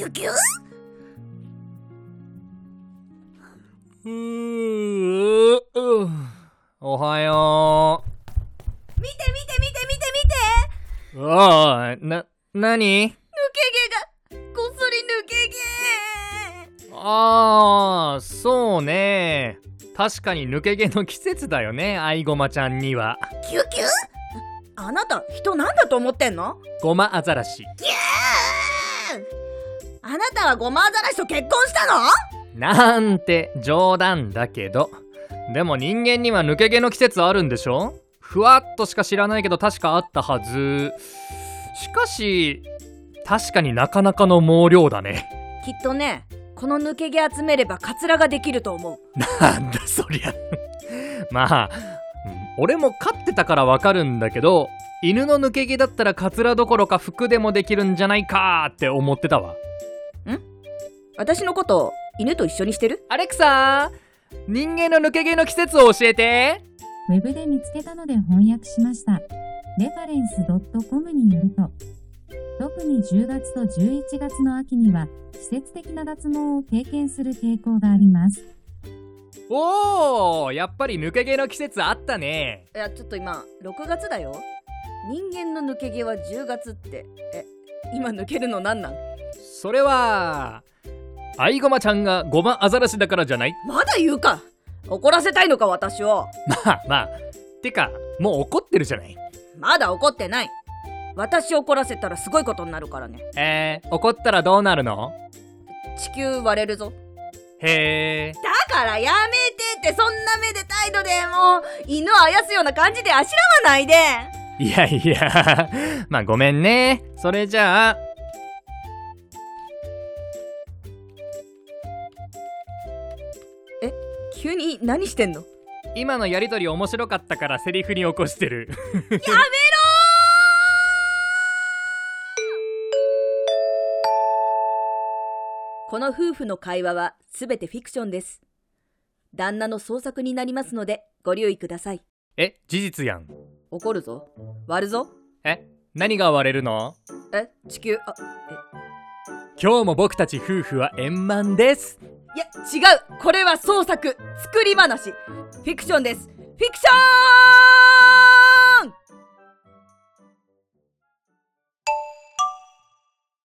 キュキュ。 おはよう。見て。 おい、なに？ 抜け毛がこっそり抜け毛。 そうね。確かに抜け毛の季節だよね、アイゴマちゃんには。 キュキュ。あなた人なんだと思ってんの？ ゴマアザラシ。 キュー。あなたはゴマアザラシと結婚したの？ なんて冗談だけど、でも人間には抜け毛の季節あるんでしょ？ふわっとしか知らないけど確かあったはず。しかし確かになかなかの毛量だね。 きっとね、この抜け毛集めればカツラができると思う。 なんだそりゃまあ俺も飼ってたからわかるんだけど、犬の抜け毛だったらカツラどころか服でもできるんじゃないかって思ってたわ。 私のこと犬と一緒にしてる？ アレクサ、人間の抜け毛の季節を教えて。 ウェブで見つけたので翻訳しました。レファレンス .com によると、特に10月と11月の秋には季節的な脱毛を経験する傾向があります。 おー、やっぱり抜け毛の季節あったね。 いや、ちょっと今6月だよ。人間の抜け毛は10月って。今抜けるのなんなん？ それはアイゴマちゃんがゴマアザラシだからじゃない？ まだ言うか。怒らせたいのか私を。 まあてかもう怒ってるじゃない。 まだ怒ってない。私を怒らせたらすごいことになるからね。 怒ったらどうなるの？ 地球割れるぞ。 へー。 だからやめてって、そんな目で態度でもう犬をあやすような感じであしらわないで。 いやまあごめんね。それじゃあ急に何してんの？ 今のやりとり面白かったからセリフに起こしてるやめろー。この夫婦の会話はすべてフィクションです。旦那の創作になりますのでご留意ください。 事実やん。 怒るぞ。割るぞ。 何が割れるの？ 地球。 今日も僕たち夫婦は円満です。 いや違う、これは創作、作り話、フィクションです。フィクション。